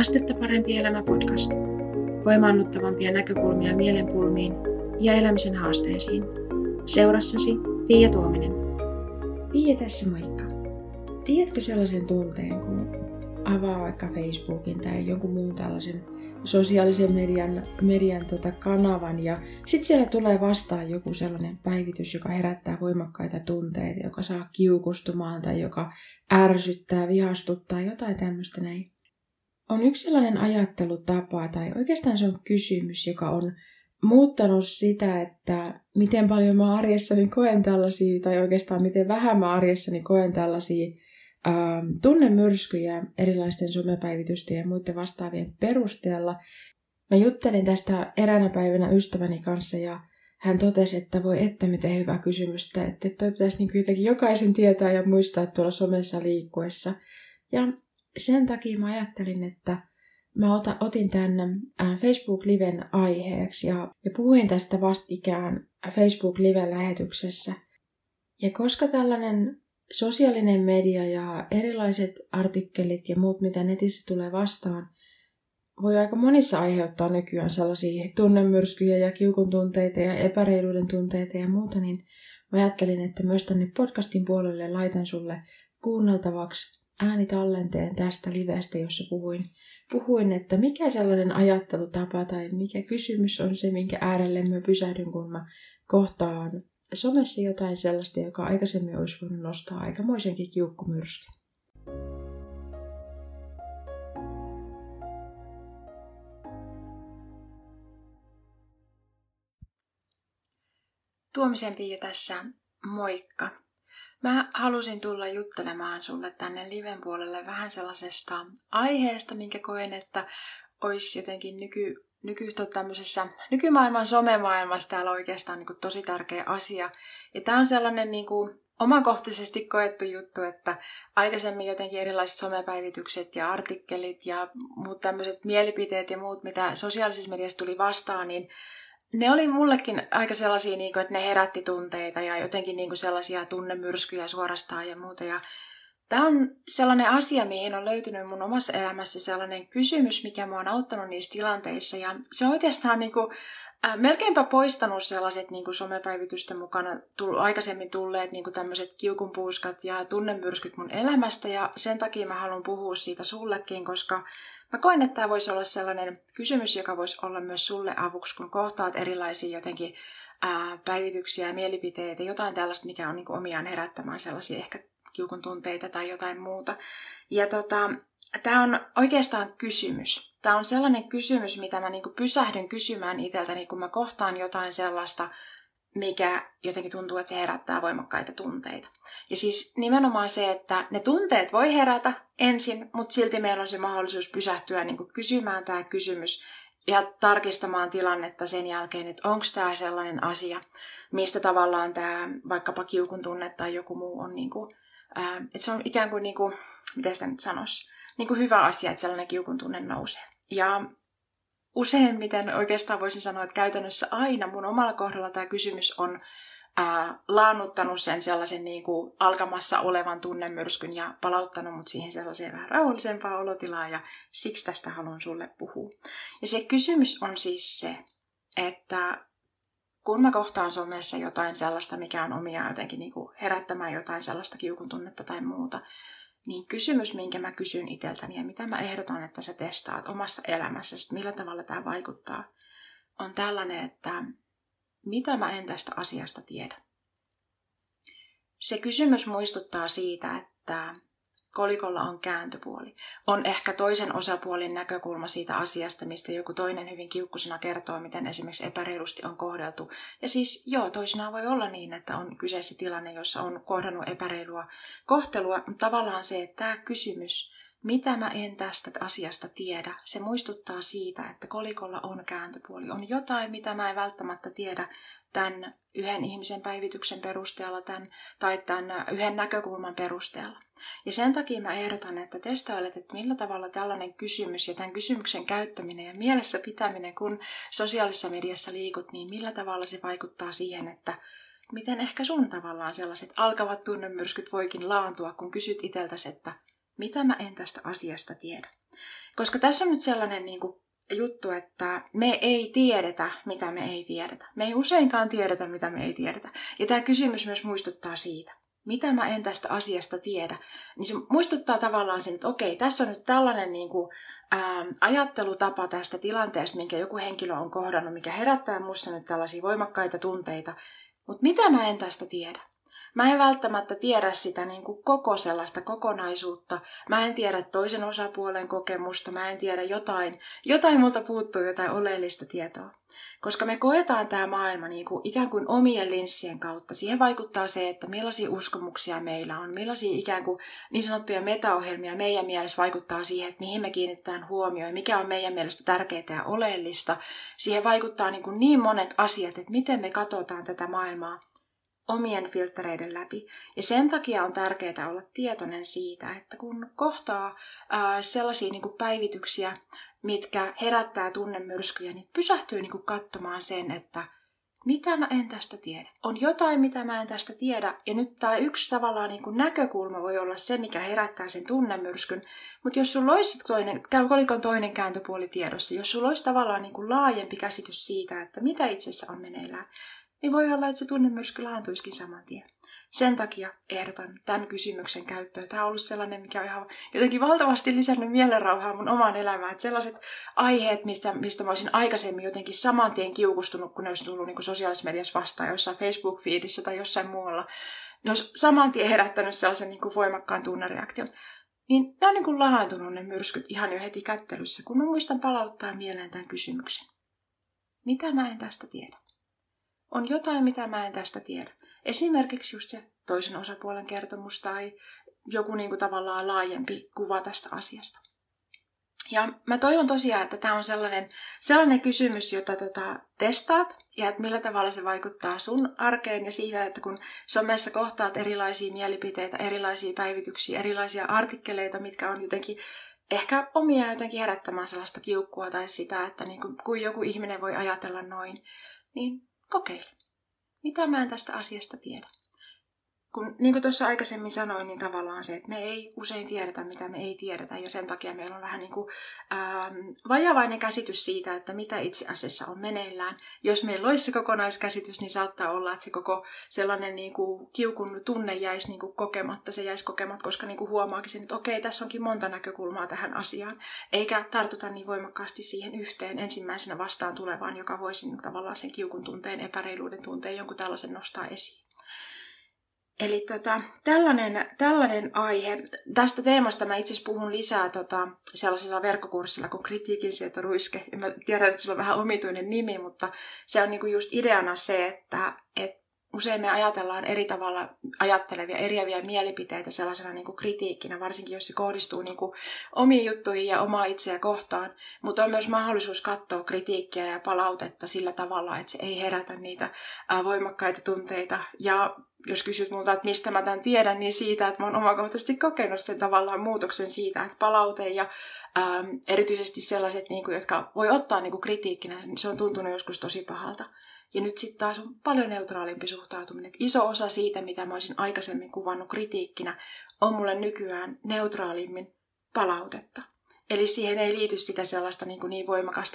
Astetta parempi elämä podcast. Voimaannuttavampia näkökulmia mielenpulmiin ja elämisen haasteisiin. Seurassasi Pia Tuominen. Pia tässä moikka. Tiedätkö sellaisen tunteen, kun avaa vaikka Facebookin tai jonkun muun tällaisen sosiaalisen median kanavan ja sitten siellä tulee vastaan joku sellainen päivitys, joka herättää voimakkaita tunteita, joka saa kiukustumaan tai joka ärsyttää, vihastuttaa, jotain tämmöistä näin. On yksi sellainen ajattelutapa tai oikeastaan se on kysymys, joka on muuttanut sitä, että miten paljon mä arjessani koen tällaisia tai oikeastaan miten vähän mä arjessani koen tällaisia tunnemyrskyjä erilaisten somepäivitysten ja muiden vastaavien perusteella. Mä juttelin tästä eräänä päivänä ystäväni kanssa ja hän totesi, että voi että miten hyvä kysymys, että toi pitäisi niin jotenkin jokaisen tietää ja muistaa tuolla somessa liikkuessa. Ja sen takia mä ajattelin, että mä otin tämän Facebook-liven aiheeksi ja puhuin tästä vastikään Facebook-live-lähetyksessä. Ja koska tällainen sosiaalinen media ja erilaiset artikkelit ja muut, mitä netissä tulee vastaan, voi aika monissa aiheuttaa nykyään sellaisia tunnemyrskyjä ja kiukun tunteita ja epäreiluuden tunteita ja muuta, niin mä ajattelin, että myös tänne podcastin puolelle laitan sulle kuunneltavaksi äänitallenteen tästä livestä, jossa puhuin, että mikä sellainen ajattelutapa tai mikä kysymys on se, minkä äärelle mä pysähdyn, kun mä kohtaan somessa jotain sellaista, joka aikaisemmin olisi voinut nostaa aikamoisenkin kiukkumyrskyn. Tuomisen Pia tässä, moikka! Mä halusin tulla juttelemaan sulle tänne liven puolelle vähän sellaisesta aiheesta, minkä koen, että olisi jotenkin tämmöisessä nykymaailman somemaailmassa täällä oikeastaan niin kuin tosi tärkeä asia. Ja tää on sellainen niin kuin omakohtaisesti koettu juttu, että aikaisemmin jotenkin erilaiset somepäivitykset ja artikkelit ja muut tämmöiset mielipiteet ja muut, mitä sosiaalisessa mediassa tuli vastaan, niin ne oli mullekin aika sellaisia, että ne herätti tunteita ja jotenkin sellaisia tunnemyrskyjä suorastaan ja muuta. Ja tämä on sellainen asia, mihin on löytynyt mun omassa elämässä sellainen kysymys, mikä mua on auttanut niissä tilanteissa. Ja se on oikeastaan melkeinpä poistanut sellaiset somepäivitysten mukana aikaisemmin tulleet tämmöiset kiukunpuuskat ja tunnemyrskyt mun elämästä. Ja sen takia mä haluan puhua siitä sullekin, koska mä koen, että tämä voisi olla sellainen kysymys, joka voisi olla myös sulle avuksi, kun kohtaat erilaisia jotenkin päivityksiä ja mielipiteitä, jotain tällaista, mikä on omiaan herättämään sellaisia ehkä kiukun tunteita tai jotain muuta. Ja tämä on oikeastaan kysymys. Tämä on sellainen kysymys, mitä mä pysähdyn kysymään itseltäni, kun mä kohtaan jotain sellaista, mikä jotenkin tuntuu, että se herättää voimakkaita tunteita. Ja siis nimenomaan se, että ne tunteet voi herätä ensin, mutta silti meillä on se mahdollisuus pysähtyä kysymään tämä kysymys ja tarkistamaan tilannetta sen jälkeen, että onko tämä sellainen asia, mistä tavallaan tämä vaikkapa kiukun tunne tai joku muu on, että se on ikään kuin, miten sitä nyt sanoisi, hyvä asia, että sellainen kiukun tunne nousee. Ja useimmiten oikeastaan voisin sanoa, että käytännössä aina mun omalla kohdalla tämä kysymys on laannuttanut sen sellaisen alkamassa olevan tunnemyrskyn ja palauttanut mut siihen sellaiseen vähän rauhallisempaan olotilaan ja siksi tästä haluan sulle puhua. Ja se kysymys on siis se, että kun mä kohtaan somessa jotain sellaista, mikä on omiaan jotenkin herättämään jotain sellaista kiukun tunnetta tai muuta, niin kysymys, minkä mä kysyn itseltäni ja mitä mä ehdotan, että sä testaat omassa elämässäsi, millä tavalla tämä vaikuttaa, on tällainen, että mitä mä en tästä asiasta tiedä. Se kysymys muistuttaa siitä, että kolikolla on kääntöpuoli. On ehkä toisen osapuolin näkökulma siitä asiasta, mistä joku toinen hyvin kiukkusena kertoo, miten esimerkiksi epäreilusti on kohdeltu. Ja siis toisinaan voi olla niin, että on kyseessä tilanne, jossa on kohdannut epäreilua kohtelua. Mutta tavallaan se, että tämä kysymys, mitä mä en tästä asiasta tiedä, se muistuttaa siitä, että kolikolla on kääntöpuoli. On jotain, mitä mä en välttämättä tiedä tämän yhden ihmisen päivityksen perusteella tai tämän yhden näkökulman perusteella. Ja sen takia mä ehdotan, että testailet, että millä tavalla tällainen kysymys ja tämän kysymyksen käyttäminen ja mielessä pitäminen, kun sosiaalisessa mediassa liikut, niin millä tavalla se vaikuttaa siihen, että miten ehkä sun tavallaan sellaiset alkavat tunnemyrskyt voikin laantua, kun kysyt itseltäsi, että mitä mä en tästä asiasta tiedä. Koska tässä on nyt sellainen niin kuin juttu, että me ei tiedetä, mitä me ei tiedetä. Me ei useinkaan tiedetä, mitä me ei tiedetä. Ja tämä kysymys myös muistuttaa siitä. Mitä mä en tästä asiasta tiedä? Niin se muistuttaa tavallaan sen, että okei, tässä on nyt tällainen niin kuin, ajattelutapa tästä tilanteesta, minkä joku henkilö on kohdannut, mikä herättää minussa nyt tällaisia voimakkaita tunteita. Mutta mitä mä en tästä tiedä? Mä en välttämättä tiedä sitä niin kuin koko sellaista kokonaisuutta. Mä en tiedä toisen osapuolen kokemusta. Mä en tiedä jotain multa puuttuu, jotain oleellista tietoa. Koska me koetaan tämä maailma niin kuin ikään kuin omien linssien kautta. Siihen vaikuttaa se, että millaisia uskomuksia meillä on, millaisia ikään kuin niin sanottuja metaohjelmia meidän mielessä vaikuttaa siihen, että mihin me kiinnitetään huomioon, mikä on meidän mielestä tärkeää ja oleellista. Siihen vaikuttaa niin monet asiat, että miten me katsotaan tätä maailmaa omien filtreiden läpi. Ja sen takia on tärkeää olla tietoinen siitä, että kun kohtaa sellaisia niin kuin päivityksiä, mitkä herättää tunnemyrskyjä, niin pysähtyy niin kuin katsomaan sen, että mitä mä en tästä tiedä. On jotain, mitä mä en tästä tiedä. Ja nyt tämä yksi tavallaan niin kuin näkökulma voi olla se, mikä herättää sen tunnemyrskyn. Mutta jos sulla olisi kolikon toinen kääntöpuoli tiedossa, jos sulla olisi tavallaan niin kuin laajempi käsitys siitä, että mitä itsessä on meneillään, niin voi olla, että se tunnemyrsky laantuisikin saman tien. Sen takia ehdotan tämän kysymyksen käyttöön. Tämä on ollut sellainen, mikä on ihan jotenkin valtavasti lisännyt mielenrauhaa mun omaan elämään. Että sellaiset aiheet, mistä mä olisin aikaisemmin jotenkin saman tien kiukustunut, kun ne olisi tullut niin sosiaalisessa mediassa vastaan, jossain Facebook-feedissä tai jossain muualla, ne olisi saman tien herättänyt sellaisen niin kuin voimakkaan tunnereaktion. Niin ne on niin kuin laantunut ne myrskyt ihan jo heti kättelyssä, kun mä muistan palauttaa mieleen tämän kysymyksen. Mitä mä en tästä tiedä? On jotain, mitä mä en tästä tiedä. Esimerkiksi just se toisen osapuolen kertomus tai joku niin kuin tavallaan laajempi kuva tästä asiasta. Ja mä toivon tosiaan, että tämä on sellainen kysymys, jota testaat ja että millä tavalla se vaikuttaa sun arkeen ja siinä, että kun somessa kohtaat erilaisia mielipiteitä, erilaisia päivityksiä, erilaisia artikkeleita, mitkä on jotenkin ehkä omia jotenkin herättämään sellaista kiukkua tai sitä, että niin kuin joku ihminen voi ajatella noin, niin kokeile. Mitä mä en tästä asiasta tiedä? Niin kuin tuossa aikaisemmin sanoin, niin tavallaan se, että me ei usein tiedetä, mitä me ei tiedetä. Ja sen takia meillä on vähän niin kuin vajavainen käsitys siitä, että mitä itse asiassa on meneillään. Jos meillä olisi se kokonaiskäsitys, niin saattaa olla, että se koko sellainen niin kuin kiukun tunne jäisi niin kuin kokematta. Se jäisi kokematta, koska niin kuin huomaakin sen, että okei, tässä onkin monta näkökulmaa tähän asiaan. Eikä tartuta niin voimakkaasti siihen yhteen ensimmäisenä vastaan tulevaan, joka voisi niin tavallaan sen kiukun tunteen, epäreiluuden tunteen, jonkun tällaisen nostaa esiin. Eli tällainen aihe. Tästä teemasta mä itse asiassa puhun lisää sellaisella verkkokurssilla kuin kritiikinsietoruiske. Ja mä tiedän, että sillä on vähän omituinen nimi, mutta se on niinku just ideana se, että usein me ajatellaan eri tavalla ajattelevia, eriäviä mielipiteitä sellaisena niin kuin kritiikkinä, varsinkin jos se kohdistuu niin kuin omiin juttuihin ja omaa itseä kohtaan. Mutta on myös mahdollisuus katsoa kritiikkiä ja palautetta sillä tavalla, että se ei herätä niitä voimakkaita tunteita. Ja jos kysyt multa, että mistä mä tämän tiedän, niin siitä, että mä oon omakohtaisesti kokenut sen tavallaan muutoksen siitä, että palaute ja erityisesti sellaiset, niin kuin, jotka voi ottaa niin kuin kritiikkinä, niin se on tuntunut joskus tosi pahalta. Ja nyt sitten taas on paljon neutraalimpi suhtautuminen. Et iso osa siitä, mitä mä olisin aikaisemmin kuvannut kritiikkinä, on mulle nykyään neutraalimmin palautetta. Eli siihen ei liity sitä sellaista niin voimakasta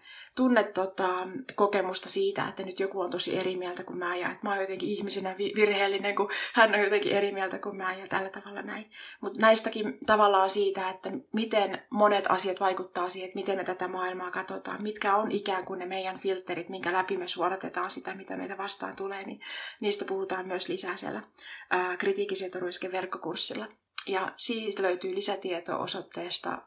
kokemusta siitä, että nyt joku on tosi eri mieltä kuin mä ja että mä oon jotenkin ihmisenä virheellinen, kun hän on jotenkin eri mieltä kuin mä ja tällä tavalla näin. Mutta näistäkin tavallaan siitä, että miten monet asiat vaikuttaa siihen, että miten me tätä maailmaa katsotaan, mitkä on ikään kuin ne meidän filterit, minkä läpi me suodatetaan sitä, mitä meitä vastaan tulee, niin niistä puhutaan myös lisää siellä kritiikinsietoruisken verkkokurssilla. Ja siitä löytyy lisätietoa osoitteesta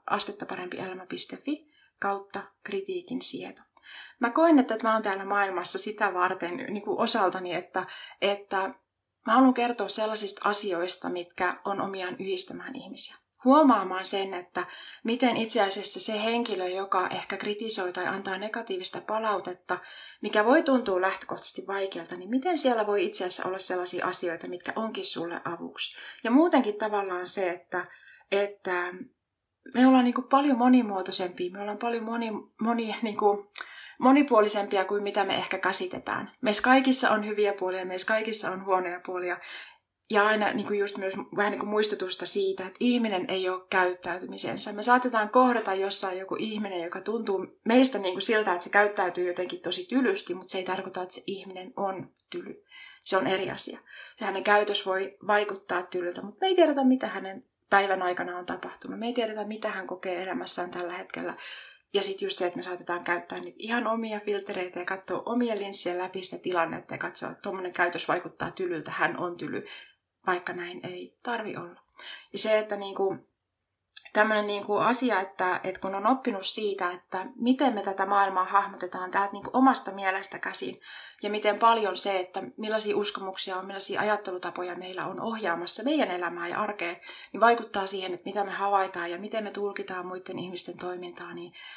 astettaparempielma.fi/kritiikin sieto. Mä koen, että mä oon täällä maailmassa sitä varten niin kuin osaltani, että mä haluan kertoa sellaisista asioista, mitkä on omiaan yhdistämään ihmisiä. Huomaamaan sen, että miten itse asiassa se henkilö, joka ehkä kritisoi tai antaa negatiivista palautetta, mikä voi tuntua lähtökohtaisesti vaikealta, niin miten siellä voi itse asiassa olla sellaisia asioita, mitkä onkin sulle avuksi. Ja muutenkin tavallaan se, että me ollaan niin kuin paljon monimuotoisempia, me ollaan paljon monipuolisempia kuin mitä me ehkä käsitetään. Meissä kaikissa on hyviä puolia, meissä kaikissa on huonoja puolia. Ja aina niin kuin just myös vähän niin kuin muistutusta siitä, että ihminen ei ole käyttäytymisensä. Me saatetaan kohdata jossain joku ihminen, joka tuntuu meistä niin kuin siltä, että se käyttäytyy jotenkin tosi tylysti, mutta se ei tarkoita, että se ihminen on tyly. Se on eri asia. Ja hänen käytös voi vaikuttaa tylyltä, mutta me ei tiedetä, mitä hänen päivän aikana on tapahtunut. Me ei tiedetä, mitä hän kokee elämässään tällä hetkellä. Ja sitten just se, että me saatetaan käyttää nyt ihan omia filtereitä ja katsoa omia linssejä läpi sitä tilannetta ja katsoa, että tuommoinen käytös vaikuttaa tylyltä, hän on tyly, vaikka näin ei tarvi olla. Ja se, että tämmöinen asia, että kun on oppinut siitä, että miten me tätä maailmaa hahmotetaan täältä omasta mielestä käsin ja miten paljon se, että millaisia uskomuksia on, millaisia ajattelutapoja meillä on ohjaamassa meidän elämää ja arkea, niin vaikuttaa siihen, että mitä me havaitaan ja miten me tulkitaan muiden ihmisten toimintaa,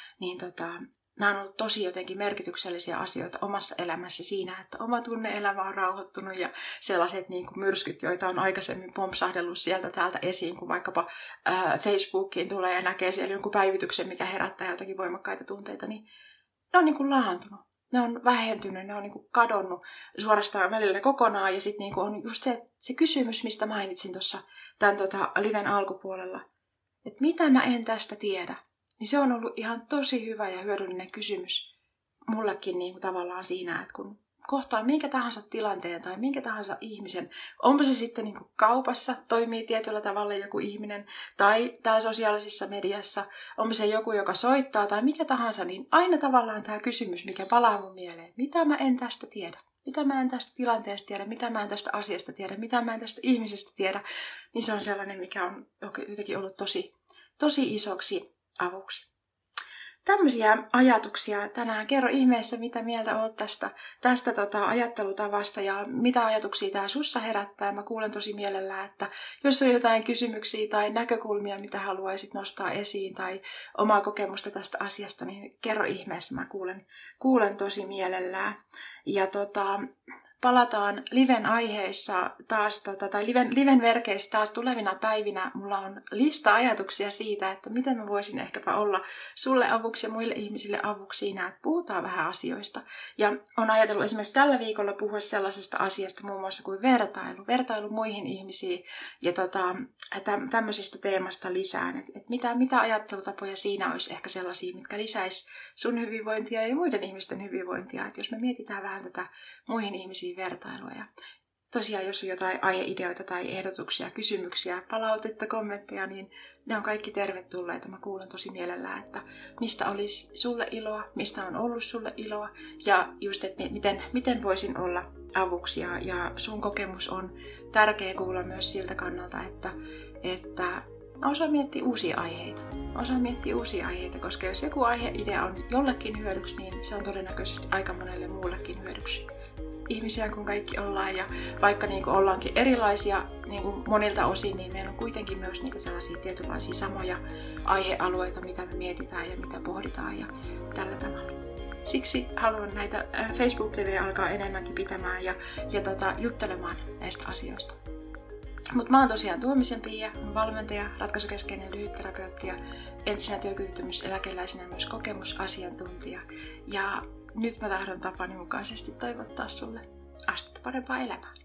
nämä on ollut tosi jotenkin merkityksellisiä asioita omassa elämässä siinä, että oma tunne-elämä on rauhoittunut ja sellaiset myrskyt, joita on aikaisemmin pompsahdellut sieltä täältä esiin, kun vaikkapa Facebookiin tulee ja näkee siellä jonkun päivityksen, mikä herättää jotakin voimakkaita tunteita, niin ne on laantunut. Ne on vähentynyt, ne on kadonnut suorastaan välillä kokonaan ja sitten on just se kysymys, mistä mainitsin tuossa tämän liven alkupuolella, että mitä mä en tästä tiedä. Niin se on ollut ihan tosi hyvä ja hyödyllinen kysymys mullekin tavallaan siinä, että kun kohtaa minkä tahansa tilanteen tai minkä tahansa ihmisen, onpa se sitten kaupassa, toimii tietyllä tavalla joku ihminen, tai täällä sosiaalisessa mediassa, onpa se joku, joka soittaa tai mikä tahansa, niin aina tavallaan tämä kysymys, mikä palaa mun mieleen, mitä mä en tästä tiedä, mitä mä en tästä tilanteesta tiedä, mitä mä en tästä asiasta tiedä, mitä mä en tästä ihmisestä tiedä, niin se on sellainen, mikä on jotenkin ollut tosi isoksi avuksi. Tämmöisiä ajatuksia tänään. Kerro ihmeessä, mitä mieltä olet tästä ajattelutavasta ja mitä ajatuksia tämä sussa herättää. Mä kuulen tosi mielellään, että jos on jotain kysymyksiä tai näkökulmia, mitä haluaisit nostaa esiin tai omaa kokemusta tästä asiasta, niin kerro ihmeessä. Mä kuulen tosi mielellään. Ja palataan liven aiheissa taas, tai liven verkeissä taas tulevina päivinä. Mulla on lista ajatuksia siitä, että miten mä voisin ehkäpä olla sulle avuksi ja muille ihmisille avuksi siinä, että puhutaan vähän asioista. Ja on ajatellut esimerkiksi tällä viikolla puhua sellaisesta asiasta muun muassa kuin vertailu muihin ihmisiin ja tämmöisistä teemasta lisään. Että mitä ajattelutapoja siinä olisi ehkä sellaisia, mitkä lisäisi sun hyvinvointia ja muiden ihmisten hyvinvointia. Että jos me mietitään vähän tätä muihin ihmisiin vertailua. Ja tosiaan, jos on jotain aiheideoita tai ehdotuksia, kysymyksiä, palautetta, kommentteja, niin ne on kaikki tervetulleita. Mä kuulen tosi mielellään, että mistä olisi sulle iloa, mistä on ollut sulle iloa ja just, että miten voisin olla avuksi. Ja sun kokemus on tärkeä kuulla myös siltä kannalta, että osaa miettiä uusia aiheita. Koska jos joku aiheidea on jollekin hyödyksi, niin se on todennäköisesti aika monelle muullekin hyödyksi. Ihmisiä kun kaikki ollaan ja vaikka ollaankin erilaisia monilta osin, niin meillä on kuitenkin myös niitä sellaisia tietynlaisia samoja aihealueita, mitä me mietitään ja mitä pohditaan ja tällä tavalla. Siksi haluan näitä Facebook-livejä alkaa enemmänkin pitämään ja juttelemaan näistä asioista. Mutta mä oon tosiaan Tuomisen Pia, valmentaja, ratkaisukeskeinen lyhytterapeutti ja entisenä työkyvyttömyyseläkeläisenä myös kokemusasiantuntija. Ja nyt mä tahdon tapani mukaisesti toivottaa sulle astetta parempaa elämää.